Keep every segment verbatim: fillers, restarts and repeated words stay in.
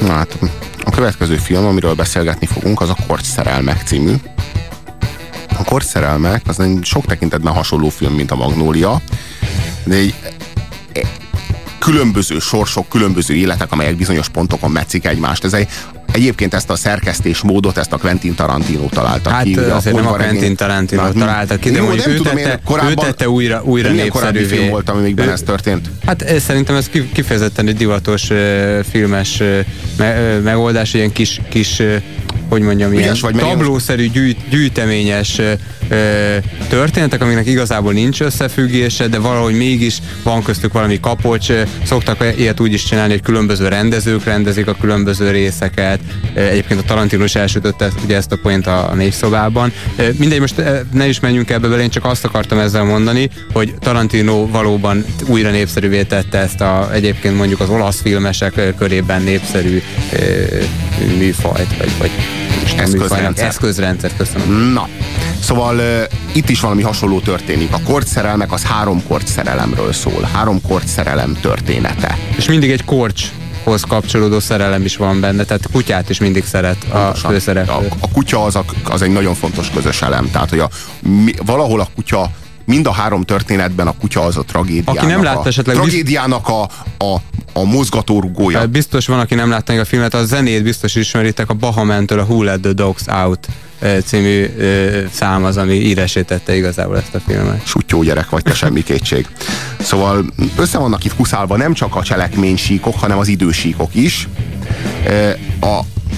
Na hát, a következő film, amiről beszélgetni fogunk, az a Korcszerelmek című. A Korcszerelmek az egy sok tekintetben hasonló film, mint a Magnólia, de egy különböző sorsok, különböző életek, amelyek bizonyos pontokon metszik egymást. Ez egy, egyébként ezt a szerkesztés módot, ezt a Quentin Tarantino találta hát, ki. Hát azért nem a Quentin Tarantino na, találta ki, de jó, mondjuk ő tette, korábban, ő tette újra, újra népszerűvé. Film volt, amikben ő, ez történt? Hát ez, szerintem ez kifejezetten egy divatos uh, filmes uh, me, uh, megoldás, ilyen kis, kis uh, hogy mondjam, ilyen tablószerű gyűjt, gyűjteményes ö, történetek, amiknek igazából nincs összefüggése, de valahogy mégis van köztük valami kapocs. Szoktak ilyet úgy is csinálni, hogy különböző rendezők rendezik a különböző részeket. Egyébként a Tarantino is elsütötte ugye ezt a point a négyszobában. Mindegy, most ne is menjünk ebbe bele, én csak azt akartam ezzel mondani, hogy Tarantino valóban újra népszerűvé tette ezt a, egyébként mondjuk az olasz filmesek körében népszerű műfajt, vagy, vagy eszközrendszer. eszközrendszer, köszönöm. Na, szóval uh, itt is valami hasonló történik. A korcszerelmek az három korcszerelemről szól. Három korcszerelem története. És mindig egy korcshoz kapcsolódó szerelem is van benne, tehát kutyát is mindig szeret a főszereplő. A, a kutya az, a, az egy nagyon fontos közös elem. Tehát, hogy a, mi, valahol a kutya, mind a három történetben a kutya az a tragédiának, aki nem látta, esetleg tragédiának a, a, a mozgatórugója. Biztos van, aki nem látta még a filmet, a zenét biztos ismeritek, a Bahamentől a Who Let the Dogs Out című szám az, ami íresítette igazából ezt a filmet. Suttyó gyerek vagy, te, semmi kétség. Szóval össze vannak itt kuszálva nem csak a cselekménysíkok, hanem az idősíkok is. A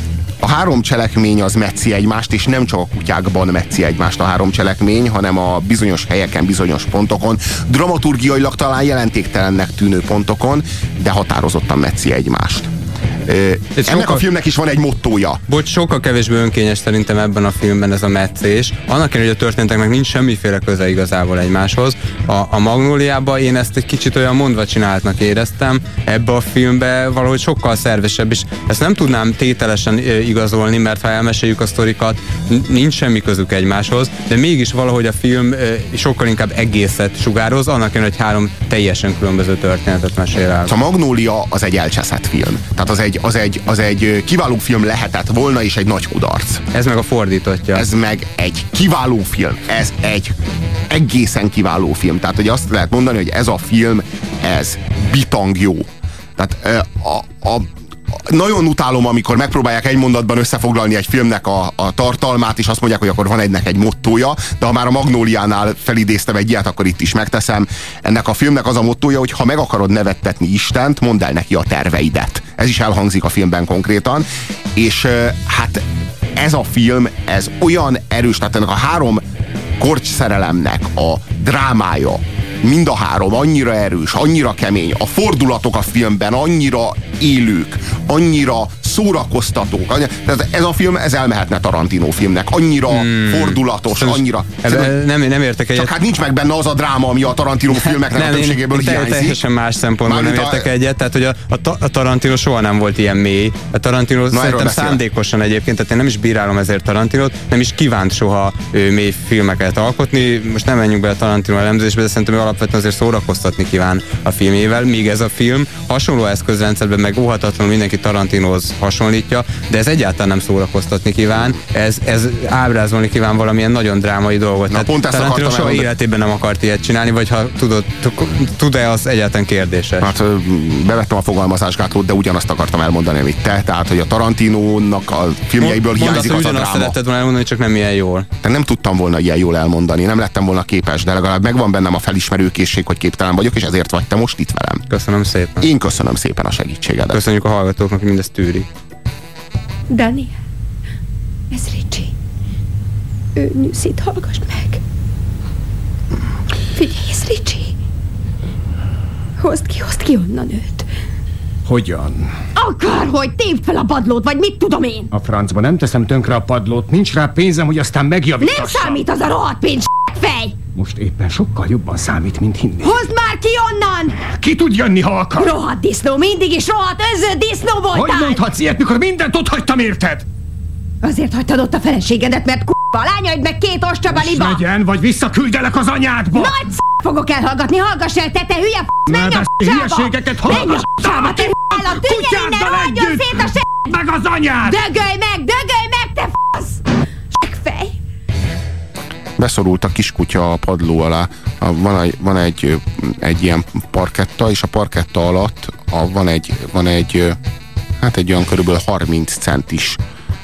A három cselekmény az metszi egymást, és nem csak a kutyákban metszi egymást a három cselekmény, hanem a bizonyos helyeken, bizonyos pontokon, dramaturgiailag talán jelentéktelennek tűnő pontokon, de határozottan metszi egymást. Ennek sokkal, a filmnek is van egy mottója. Bocs, sokkal kevésbé önkényes szerintem ebben a filmben ez a metszés. Annak ellenére, hogy a történeteknek nincs semmiféle köze igazából egymáshoz. A, a Magnóliában én ezt egy kicsit olyan mondva csináltnak éreztem. Ebbe a filmbe valahogy sokkal szervesebb, és ezt nem tudnám tételesen igazolni, mert ha elmeséljük a sztorikat, nincs semmi közük egymáshoz, de mégis valahogy a film sokkal inkább egészet sugároz, annak ellenére, hogy három teljesen különböző történetet mesél el. A Magnólia az egy elcseszett film. Tehát az egy Az egy, az egy kiváló film lehetett volna, és egy nagy kudarc. Ez meg a fordítottja. Ez meg egy kiváló film. Ez egy egészen kiváló film. Tehát, hogy azt lehet mondani, hogy ez a film, ez bitang jó. Tehát a, a, nagyon utálom, amikor megpróbálják egy mondatban összefoglalni egy filmnek a, a tartalmát, és azt mondják, hogy akkor van egynek egy mottója, de ha már a Magnóliánál felidéztem egy ilyet, akkor itt is megteszem. Ennek a filmnek az a mottója, hogy ha meg akarod nevettetni Istent, mondd el neki a terveidet. Ez is elhangzik a filmben konkrétan, és hát ez a film, ez olyan erős, tehát ennek a három korcszerelemnek a drámája, mind a három annyira erős, annyira kemény, a fordulatok a filmben annyira élők, annyira szórakoztatók. Tehát ez a film, ez elmehetne Tarantino filmnek. Annyira hmm. fordulatos, Szerint, annyira... Nem, nem értek egyet. Csak hát nincs meg benne az a dráma, ami a Tarantino filmeknek nem, a többségéből én, hiányzik. Teljesen más szempontból nem értek a... egyet. Tehát, hogy a, a, a Tarantino soha nem volt ilyen mély. A Tarantino Na, szerintem szándékosan egyébként, tehát én nem is bírálom ezért Tarantinót, nem is kívánt soha ő, mély filmeket alkotni. Most nem menjünk bele a Tarantino elemzésbe, de szerintem ő alapvetően azért szórakoztatni kíván a filmjével, míg ez a film hasonló eszközrendszerben meg óhatatlanul mindenki Tarantinóhoz hasonlítja, de ez egyáltalán nem szórakoztatni kíván, ez, ez ábrázolni kíván valamilyen nagyon drámai dolgot. Na, pont ezt Tarantino soha életében nem akart ilyet csinálni, vagy ha tudod, tud-e, az egyáltalán kérdéses. Hát bevettem a fogalmazásgátlót, de ugyanazt akartam elmondani, amit te, tehát, hogy a Tarantinónak a filmjeiből Mond, hiányzik az a dráma. Azt szeretted volna elmondani, csak nem ilyen jól. De nem tudtam volna ilyen jól elmondani, nem lettem volna képes, de legalább megvan bennem a felismerőkészség, hogy képtelen vagyok, és ezért vagy te most itt velem. Köszönöm szépen. Én köszönöm szépen a segítségedet. Köszönjük a hallgatóknak, hogy mindezt tűri. Daniel, ez Ricsi. Ő nyűszít, hallgass meg. Figyelj, ez Ricsi. Hozd ki, hozd ki onnan őt. Hogyan? Akárhogy, tépd fel a padlót, vagy mit tudom én. A francba nem teszem tönkre a padlót, nincs rá pénzem, hogy aztán megjavítassam. Nem számít az a rohadt pénz, fej! Most éppen sokkal jobban számít, mint hinni. Hozd már ki onnan! Ki tud jönni, ha akar? Rohadt disznó, mindig is rohadt öző disznó voltál! Hogy mondhatsz ilyet, mikor mindent ott hagytam, érted? Azért hagytad ott a feleségedet, mert k***a, a lányaid meg két ostoba liba! És legyen, vagy visszaküldelek az anyádba! Nagy sz*** fogok elhallgatni, hallgass el, te, te hülye f***, menj a hülyeségeket hallgass! Menj a s***sába, te hülye állat, tűnjél innen, rohadjon szét a s***! az anyád! Dögölj meg, dögölj meg, te fasz! Segfej! Beszorult a kiskutya a padló alá. Van egy, van egy, egy ilyen parketta, és a parketta alatt a, van, egy, van egy, hát egy olyan körülbelül harminc centis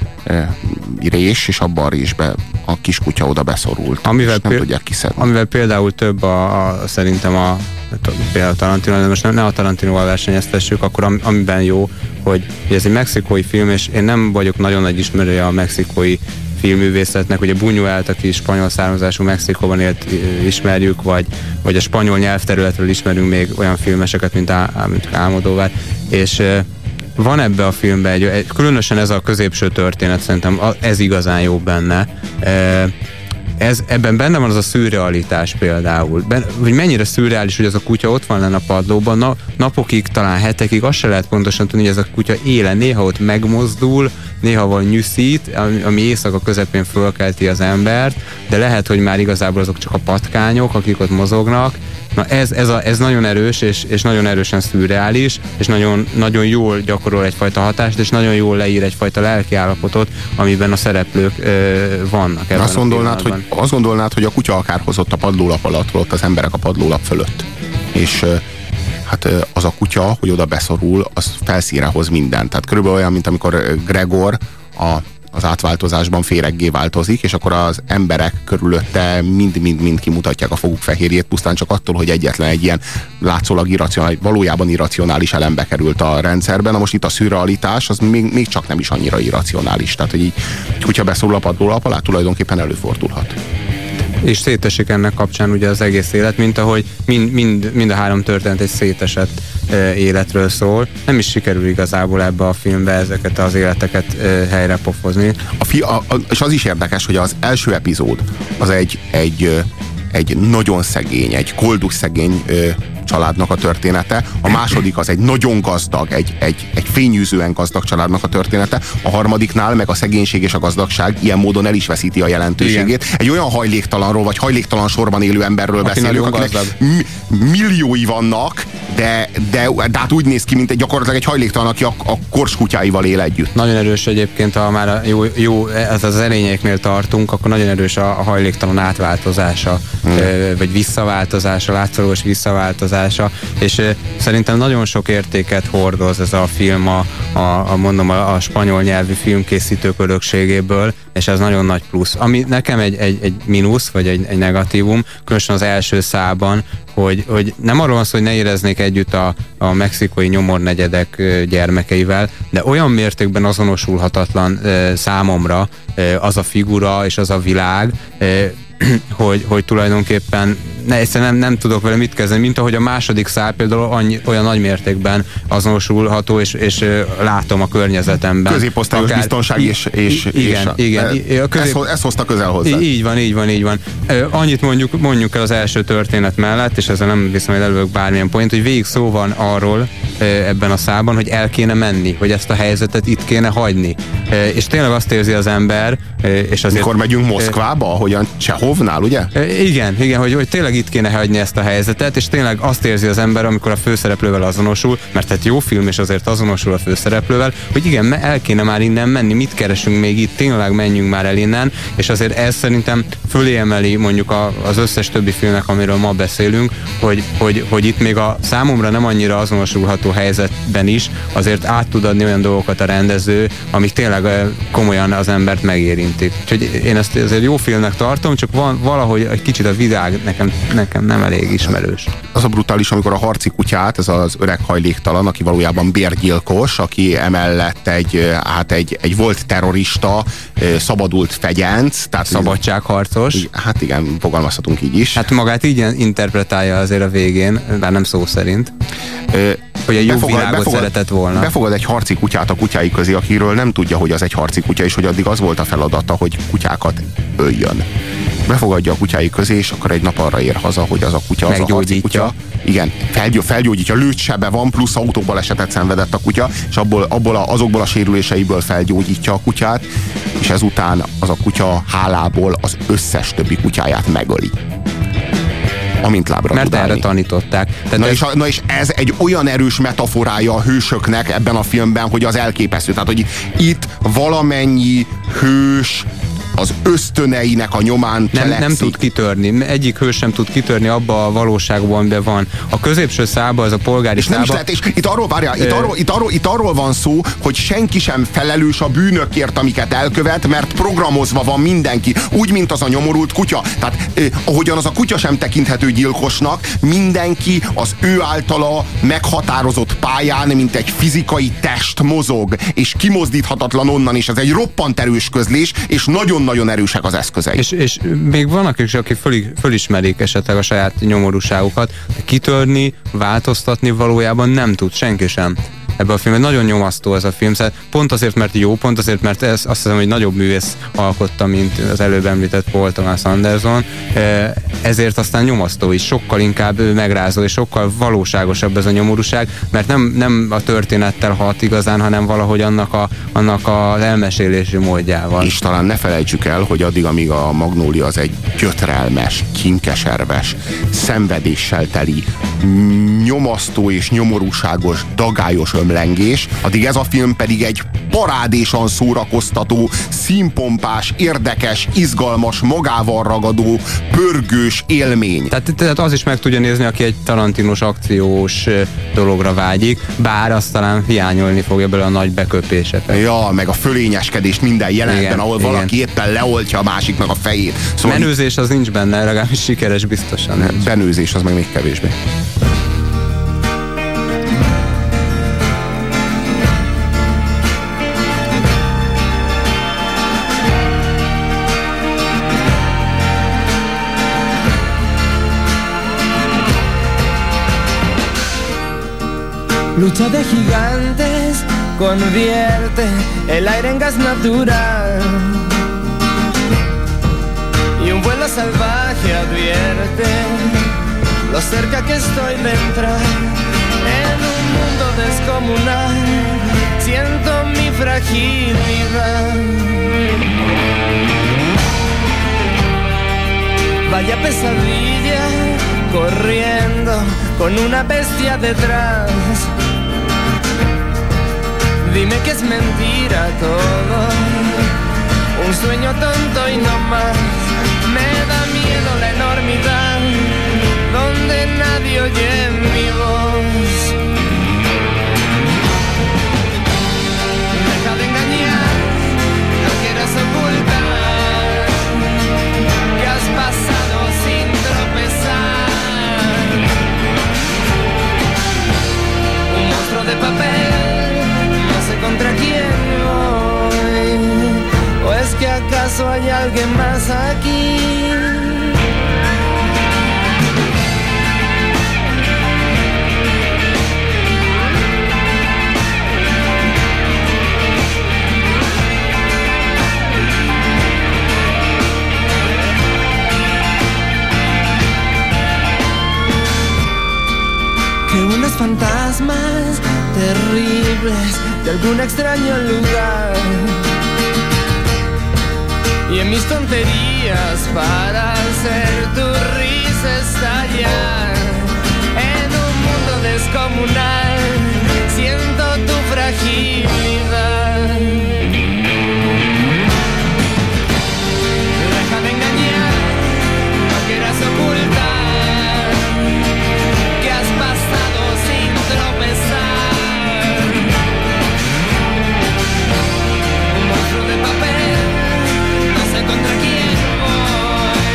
e, rés, és abban a résbe a kiskutya oda beszorult. Amivel, nem tudják kiszedni. Amivel például több a, a szerintem a például Tarantino, de most nem, ne a Tarantinoval versenyeztessük, akkor am, amiben jó, hogy, hogy ez egy mexikói film, és én nem vagyok nagyon nagy ismerője a mexikói filmművészetnek, ugye Buñuelt, aki spanyol származású Mexikóban élt, ismerjük, vagy, vagy a spanyol nyelvterületről ismerünk még olyan filmeseket, mint, Á, mint Almodóvar, és e, van ebbe a filmben egy, egy, különösen ez a középső történet, szerintem ez igazán jó benne. E, Ez, ebben benne van az a szürrealitás például, ben, hogy mennyire szürreális, hogy az a kutya ott van lenne a padlóban, na, napokig, talán hetekig, azt se lehet pontosan tudni, hogy ez a kutya éle, néha ott megmozdul, néha van nyűszít, ami, ami éjszaka közepén fölkelti az embert, de lehet, hogy már igazából azok csak a patkányok, akik ott mozognak. Na ez, ez, a, ez nagyon erős, és, és nagyon erősen szürreális, és nagyon, nagyon jól gyakorol egyfajta hatást, és nagyon jól leír egyfajta lelkiállapotot, amiben a szereplők ö, vannak. Azt gondolnád, hogy, azt gondolnád, hogy a kutya akár hozott a padlólap alatt, ott az emberek a padlólap fölött. És hát az a kutya, hogy oda beszorul, az felszínre hoz mindent. Tehát körülbelül olyan, mint amikor Gregor a az átváltozásban féreggé változik, és akkor az emberek körülötte mind-mind-mind kimutatják a foguk fehérjét, pusztán csak attól, hogy egyetlen egy ilyen látszólag irracionális, valójában irracionális elem bekerült a rendszerben. Na most itt a szürrealitás, az még, még csak nem is annyira irracionális. Tehát, hogy így, hogyha beszorul a padlólap alá, tulajdonképpen előfordulhat. És szétesik ennek kapcsán ugye az egész élet, mint ahogy mind, mind, mind a három történet egy szétesett e, életről szól. Nem is sikerül igazából ebbe a filmbe ezeket az életeket e, helyre pofozni. A fi, a, a, és az is érdekes, hogy az első epizód az egy, egy, egy nagyon szegény, egy koldus szegény e, családnak a története, a második az egy nagyon gazdag, egy, egy, egy fényűzően gazdag családnak a története, a harmadiknál meg a szegénység és a gazdagság ilyen módon el is veszíti a jelentőségét. Igen. Egy olyan hajléktalanról, vagy hajléktalan sorban élő emberről Aki beszélünk, akinek milliói vannak, de, de, de hát úgy néz ki, mint egy gyakorlatilag egy hajléktalan, aki a, a korskutyáival él együtt. Nagyon erős egyébként, ha már a jó, jó ez az erényeknél tartunk, akkor nagyon erős a, a hajléktalan átváltozása, hmm. vagy visszaváltozása, látszólagos visszaváltozása, és szerintem nagyon sok értéket hordoz ez a film a, a, a mondom a, a spanyol nyelvű filmkészítők örökségéből, és ez nagyon nagy plusz. Ami nekem egy, egy, egy mínusz, vagy egy, egy negatívum, különösen az első szában, hogy, hogy nem arról van szó, hogy ne éreznék együtt a, a mexikói nyomornegyedek gyermekeivel, de olyan mértékben azonosulhatatlan e, számomra e, az a figura és az a világ, e, hogy, hogy tulajdonképpen ne, egyszerűen nem, nem tudok vele mit kezdeni, mint ahogy a második szál például annyi, olyan nagy mértékben azonosulható, és, és látom a környezetemben. Középosztályos akár, biztonság és, és, igen, és igen, e, közép, ez, ez hozta közel hozzá. Így van, így van, így van. Annyit mondjuk, mondjuk el az első történet mellett, és ezzel nem viszem, hogy előbb bármilyen point, hogy végig szó van arról ebben a szában, hogy el kéne menni, hogy ezt a helyzetet itt kéne hagyni. És tényleg azt érzi az ember, és azért... Mikor megyünk Moszkvába, ahogyan Csehovnál, ugye? Igen, igen, hogy, hogy tényleg itt kéne hagyni ezt a helyzetet, és tényleg azt érzi az ember, amikor a főszereplővel azonosul, mert hát jó film, és azért azonosul a főszereplővel, hogy igen, el kéne már innen menni, mit keresünk még itt, tényleg menjünk már el innen, és azért ez szerintem fölé emeli mondjuk a, az összes többi filmnek, amiről ma beszélünk, hogy, hogy, hogy itt még a számomra nem annyira azonosulható helyzetben is azért át tud adni olyan dolgokat a rendező, amik tényleg komolyan az embert megérintik. Úgyhogy én ezt azért jó filmnek tartom, csak van valahogy egy kicsit a világ nekem, nekem nem elég ismerős. Az a brutális, amikor a harci kutyát, ez az öreg hajléktalan, aki valójában bérgyilkos, aki emellett egy, hát egy, egy volt terrorista, szabadult fegyenc. Tehát szabadságharcos. Hát igen, fogalmazhatunk így is. Hát magát így interpretálja azért a végén, bár nem szó szerint. Ö, hogy a jó befogad, világot befogad, szeretett volna. Befogad egy harci kutyát a kutyái közé, akiről nem tudja, hogy az egy harci kutya, és hogy addig az volt a feladata, hogy kutyákat öljön. Befogadja a kutyái közé, és akkor egy nap arra ér haza, hogy az a kutya, az a harci kutya. Igen, felgyó, felgyógyítja, lőtsebe van, plusz autóbalesetet szenvedett a kutya, és abból, abból a, azokból a sérüléseiből felgyógyítja a kutyát, és ezután az a kutya hálából az összes többi kutyáját megöli. Amint lábra Mert tud állni. erre tanították. Tehát na, ez... és a, na és ez egy olyan erős metaforája a hősöknek ebben a filmben, hogy az elképesztő. Tehát, hogy itt valamennyi hős az ösztöneinek a nyomán cselekszik. Nem, nem tud kitörni. Egyik hős sem tud kitörni abba a valóságban, amiben van. A középső szába, az a polgári és szába... Nem is lehet, és itt arról, várjál, itt, arról, itt, arról, itt arról van szó, hogy senki sem felelős a bűnökért, amiket elkövet, mert programozva van mindenki. Úgy, mint az a nyomorult kutya. Tehát eh, ahogyan az a kutya sem tekinthető gyilkosnak, mindenki az ő általa meghatározott pályán, mint egy fizikai test mozog, és kimozdíthatatlan onnan, és ez egy roppant erős közlés, és nagyon-nagyon erősek az eszközei. És, és még vannak is, akik föl, fölismerik esetleg a saját nyomorúságukat, de kitörni, változtatni valójában nem tud senki sem. Ebben a filmben nagyon nyomasztó ez a film, pont azért, mert jó, pont azért, mert ez azt hiszem, hogy nagyobb művész alkotta, mint az előbb említett Paul Thomas Anderson, ezért aztán nyomasztó is, sokkal inkább megrázó, és sokkal valóságosabb ez a nyomorúság, mert nem, nem a történettel hat igazán, hanem valahogy annak, a, annak az elmesélési módjával. És talán ne felejtsük el, hogy addig, amíg a Magnólia az egy gyötrelmes, kinkeserves, szenvedéssel teli, nyomasztó és nyomorúságos, dagályos ömlengés, addig ez a film pedig egy parádésan szórakoztató, színpompás, érdekes, izgalmas, magával ragadó, pörgős élmény. Tehát, tehát az is meg tudja nézni, aki egy Tarantinos akciós dologra vágyik, bár azt talán hiányolni fogja belőle a nagy beköpéseket. Ja, meg a fölényeskedést minden jelenetben, igen, ahol igen. valaki éppen leoltja a másiknak a fejét. Szóval menőzés az nincs benne, legalábbis sikeres biztosan nincs. Benőzés az meg még kevésbé. Lucha de gigantes, convierte el aire en gas natural. Y un vuelo salvaje advierte lo cerca que estoy de entrar en un mundo descomunal. Siento mi fragilidad. Vaya pesadilla, corriendo con una bestia detrás. Dime que es mentira todo, un sueño tonto y no más. Me da miedo la enormidad, donde nadie oye mi voz. Deja de engañar, no quieras ocultar que has pasado sin tropezar. Un monstruo de papel, no sé contra quién voy. ¿O es que acaso hay alguien más aquí? Que unos fantasmas terribles de algún extraño lugar, y en mis tonterías para hacer tu risa estallar. En un mundo descomunal siento tu fragilidad. Deja de engañar, no quieras ocultar que has pasado sin tropezar. Un monstruo de papel, no sé contra quién voy.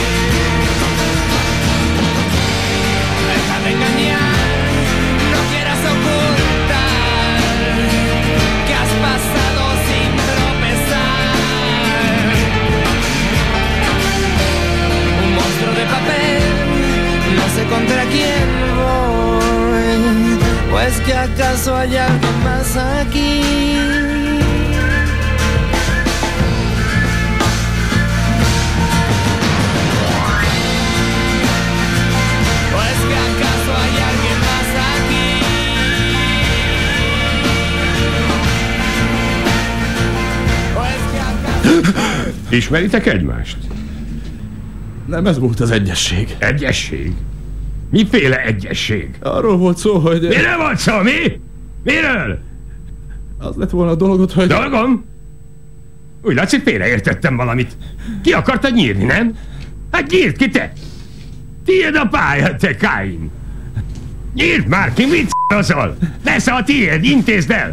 Deja de engañar, no quieras ocultar que has pasado sin tropezar. Un monstruo de papel, no sé contra quién voy. ¿O es que acaso hay algo más aquí? ¿O es que acaso hay alguien más aquí? ¿O es que acaso... Ismeritek egymást? Nem ez volt az egyesség. Egyesség? Miféle egyesség? Arról volt szó, hogy... Miről volt szó, mi? Miről? Az lett volna a dolgot, hogy... Dolgom? Úgy látszik, félreértettem valamit. Ki akartad nyírni, nem? Hát nyírd ki te! Tiéd a pálya, te Káin! Nyírd már ki, mit c***ozol? Lesz a tiéd, intézd el!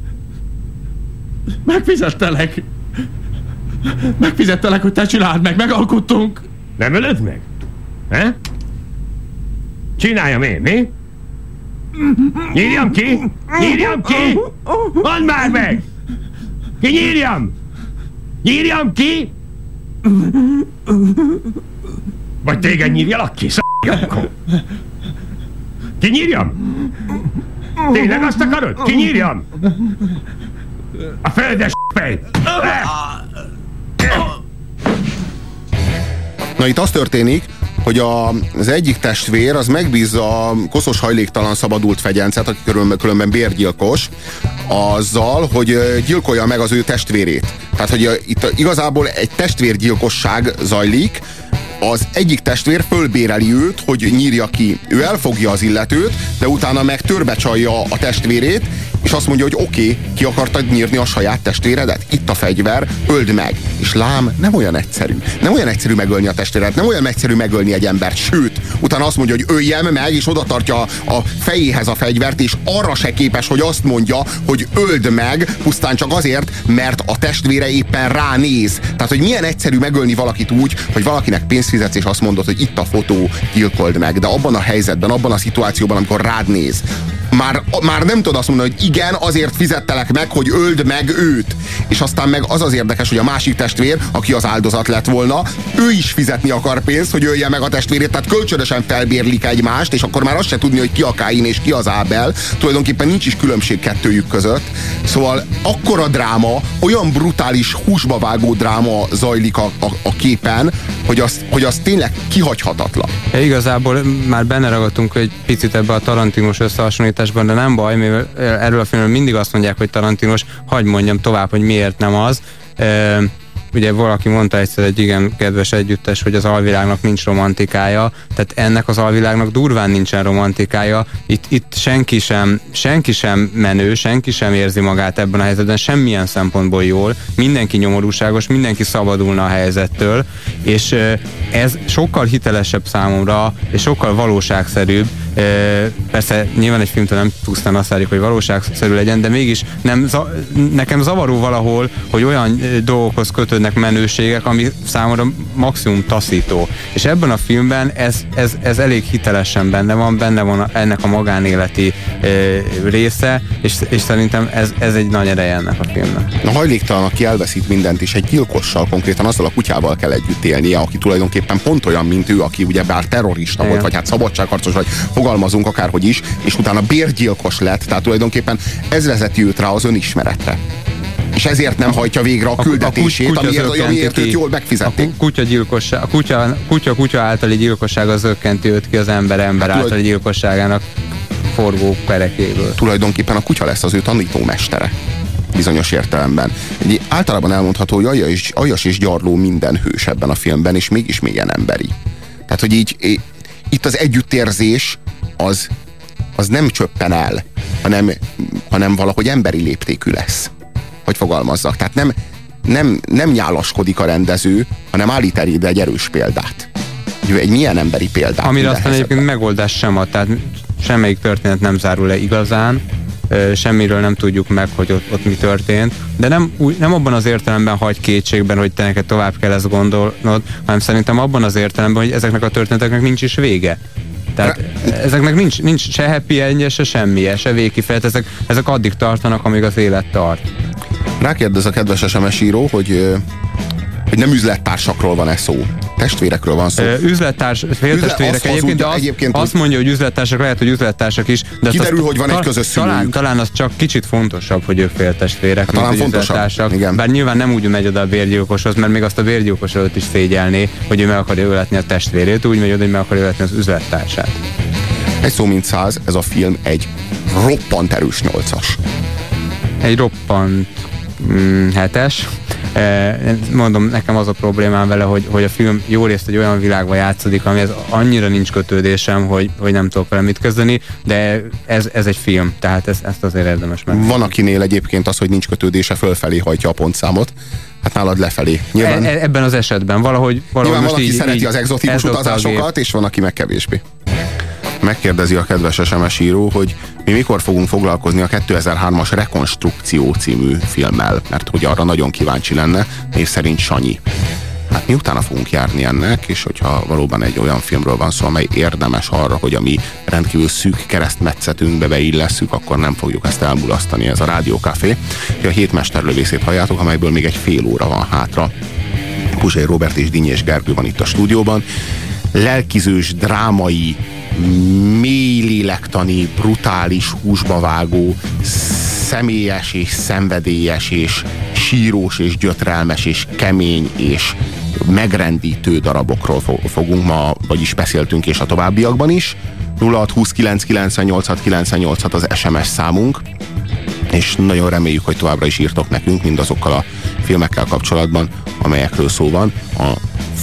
Megfizettelek! Megfizettelek, hogy te csináld meg, megalkottunk! Nem ölöd meg? He? Csináljam én, mi? Nyírjam ki? Nyírjam ki? Mondd már meg! Ki nyírjam? Nyírjam ki? Vagy téged nyírjalak ki, szarjakkor? Ki nyírjam? Tényleg azt akarod? Ki nyírjam? A földes fej! Na itt az történik, hogy a, az egyik testvér az megbízza a koszos hajléktalan szabadult fegyencet, aki különben, különben bérgyilkos, azzal, hogy gyilkolja meg az ő testvérét. Tehát, hogy itt igazából egy testvérgyilkosság zajlik, az egyik testvér fölbéreli őt, hogy nyírja ki. Ő elfogja az illetőt, de utána meg törbecsalja a testvérét, és azt mondja, hogy oké, okay, ki akartad nyírni a saját testvéredet? Itt a fegyver, öld meg. És lám, nem olyan egyszerű. Nem olyan egyszerű megölni a testvéredet, nem olyan egyszerű megölni egy embert, sőt, utána azt mondja, hogy öljem meg, és oda tartja a fejéhez a fegyvert, és arra se képes, hogy azt mondja, hogy öld meg, pusztán csak azért, mert a testvére éppen ránéz. Tehát, hogy milyen egyszerű megölni valakit úgy, hogy valakinek pénzt fizetsz, és azt mondod, hogy itt a fotó, gyilkold meg. De abban a helyzetben, abban a szituációban, amikor rád néz, Már, már nem tudod azt mondani, hogy igen, azért fizettelek meg, hogy öld meg őt. És aztán meg az az érdekes, hogy a másik testvér, aki az áldozat lett volna, ő is fizetni akar pénzt, hogy ölje meg a testvérét, tehát kölcsönösen felbérlik egymást, és akkor már azt se tudni, hogy ki a Káin és ki az Ábel. Tulajdonképpen nincs is különbség kettőjük között. Szóval akkora dráma, olyan brutális húsba vágó dráma zajlik a, a, a képen, hogy az, hogy az tényleg kihagyhatatlan. Ja, igazából már benne ragadtunk egy picit ebbe a Tarantinos összehasonlításban, de nem baj, mivel erről a filmről mindig azt mondják, hogy Tarantinos, hadd mondjam tovább, hogy miért nem az. E, ugye valaki mondta egyszer egy igen kedves együttes, hogy az alvilágnak nincs romantikája, tehát ennek az alvilágnak durván nincsen romantikája. Itt, itt senki sem, senki sem menő, senki sem érzi magát ebben a helyzetben, semmilyen szempontból jól, mindenki nyomorúságos, mindenki szabadulna a helyzettől, és ez sokkal hitelesebb számomra, és sokkal valóságszerűbb. Persze nyilván egy filmtől nem pusztán azt várjuk, hogy valóságszerű legyen, de mégis nem, nekem zavaró valahol, hogy olyan dolgokhoz kötődnek menőségek, ami számomra maximum taszító. És ebben a filmben ez, ez, ez elég hitelesen benne van, benne van ennek a magánéleti e, része, és, és szerintem ez, ez egy nagy ereje ennek a filmnek. A hajléktalan, aki elveszít mindent, és egy gyilkossal, konkrétan azzal a kutyával kell együtt élnie, aki tulajdonképpen pont olyan, mint ő, aki ugye bár terrorista Igen. volt, vagy hát szabadságharcos, vagy fogalmazunk akárhogy is, és utána bérgyilkos lett, tehát tulajdonképpen ez vezeti őt rá az önismeretre. És ezért nem hajtja végre a küldetését, a, a amiért, amiért őt jól megfizették. A kutya, gyilkosság, a kutya, kutya, kutya általi gyilkosság az zökkenti őt ki az ember ember hát, általi gyilkosságának forgó perekéből. Tulajdonképpen a kutya lesz az ő tanítómestere. Bizonyos értelemben. Egy általában elmondható, hogy aljas és, aljas és gyarló minden hős ebben a filmben, és mégis mélyen emberi. Tehát, hogy így, így itt az együttérzés az, az nem csöppen el, hanem, hanem valahogy emberi léptékű lesz. Hogy fogalmazzak. Tehát nem, nem, nem nyálaskodik a rendező, hanem állít eléd egy erős példát. Egy, egy milyen emberi példát. Amire aztán egyébként megoldás sem ad, tehát semmelyik történet nem zárul le igazán, semmiről nem tudjuk meg, hogy ott, ott mi történt, de nem, úgy, nem abban az értelemben hagy kétségben, hogy te neked tovább kell ezt gondolnod, hanem szerintem abban az értelemben, hogy ezeknek a történeteknek nincs is vége. Tehát ezeknek nincs, nincs se happy endje, se semmije, se végkifejlet, ezek, ezek addig tartanak, amíg az élet tart. Rákérdez a kedves es em es író, hogy, hogy nem üzlettársakról van-e szó. Testvérekről van szó. Ö, üzlettárs, féltestvérek Üzle, egyébként, de az, egyébként azt mondja, hogy üzlettársak, lehet, hogy üzlettársak is. De kiderül, azt, hogy van ta, egy közös szülőjük. Talán, talán az csak kicsit fontosabb, hogy ők féltestvérek, hát, talán fontosabb, igen. Bár nyilván nem úgy megy oda a bérgyilkoshoz, mert még azt a bérgyilkos előtt is szégyelné, hogy ő meg akarja öletni a testvérét, úgy megy oda, hogy meg akarja öletni az üzlettársát. Egy szó mint száz, ez a film egy roppant erős nyolcas. Egy roppant mm, hetes. Mondom, nekem az a problémám vele, hogy, hogy a film jó részt egy olyan világban játszódik, amihez annyira nincs kötődésem, hogy, hogy nem tudok vele mit kezdeni, de ez, ez egy film, tehát ez, ezt azért érdemes meg. Van akinél egyébként az, hogy nincs kötődése, fölfelé hajtja a pontszámot, hát nálad lefelé. Nyilván, e, ebben az esetben valahogy, valahogy nyilván most van, aki így, szereti így az egzotikus utazásokat, és van, aki meg kevésbé. Megkérdezi a kedves es em es író, hogy mi mikor fogunk foglalkozni a kétezer-hármas Rekonstrukció című filmmel, mert hogy arra nagyon kíváncsi lenne, név szerint Sanyi. Hát mi utána fogunk járni ennek, és hogyha valóban egy olyan filmről van szó, amely érdemes arra, hogy a mi rendkívül szűk keresztmetszetünkbe beillesszük, akkor nem fogjuk ezt elmulasztani. Ez a Rádiókafé. A hét mesterlövészét halljátok, amelyből még egy fél óra van hátra. Puzsai Róbert és Dinnyés Gergő van itt a stúdióban. Lelkizős, drámai, mély lélektani, brutális, húsba vágó, személyes és szenvedélyes és sírós és gyötrelmes és kemény és megrendítő darabokról fogunk ma, vagyis beszéltünk, és a továbbiakban is. nulla hat húsz-kilenc kilencvennyolc kilencvennyolc az es em es számunk, és nagyon reméljük, hogy továbbra is írtok nekünk mindazokkal a filmekkel kapcsolatban, amelyekről szó van. A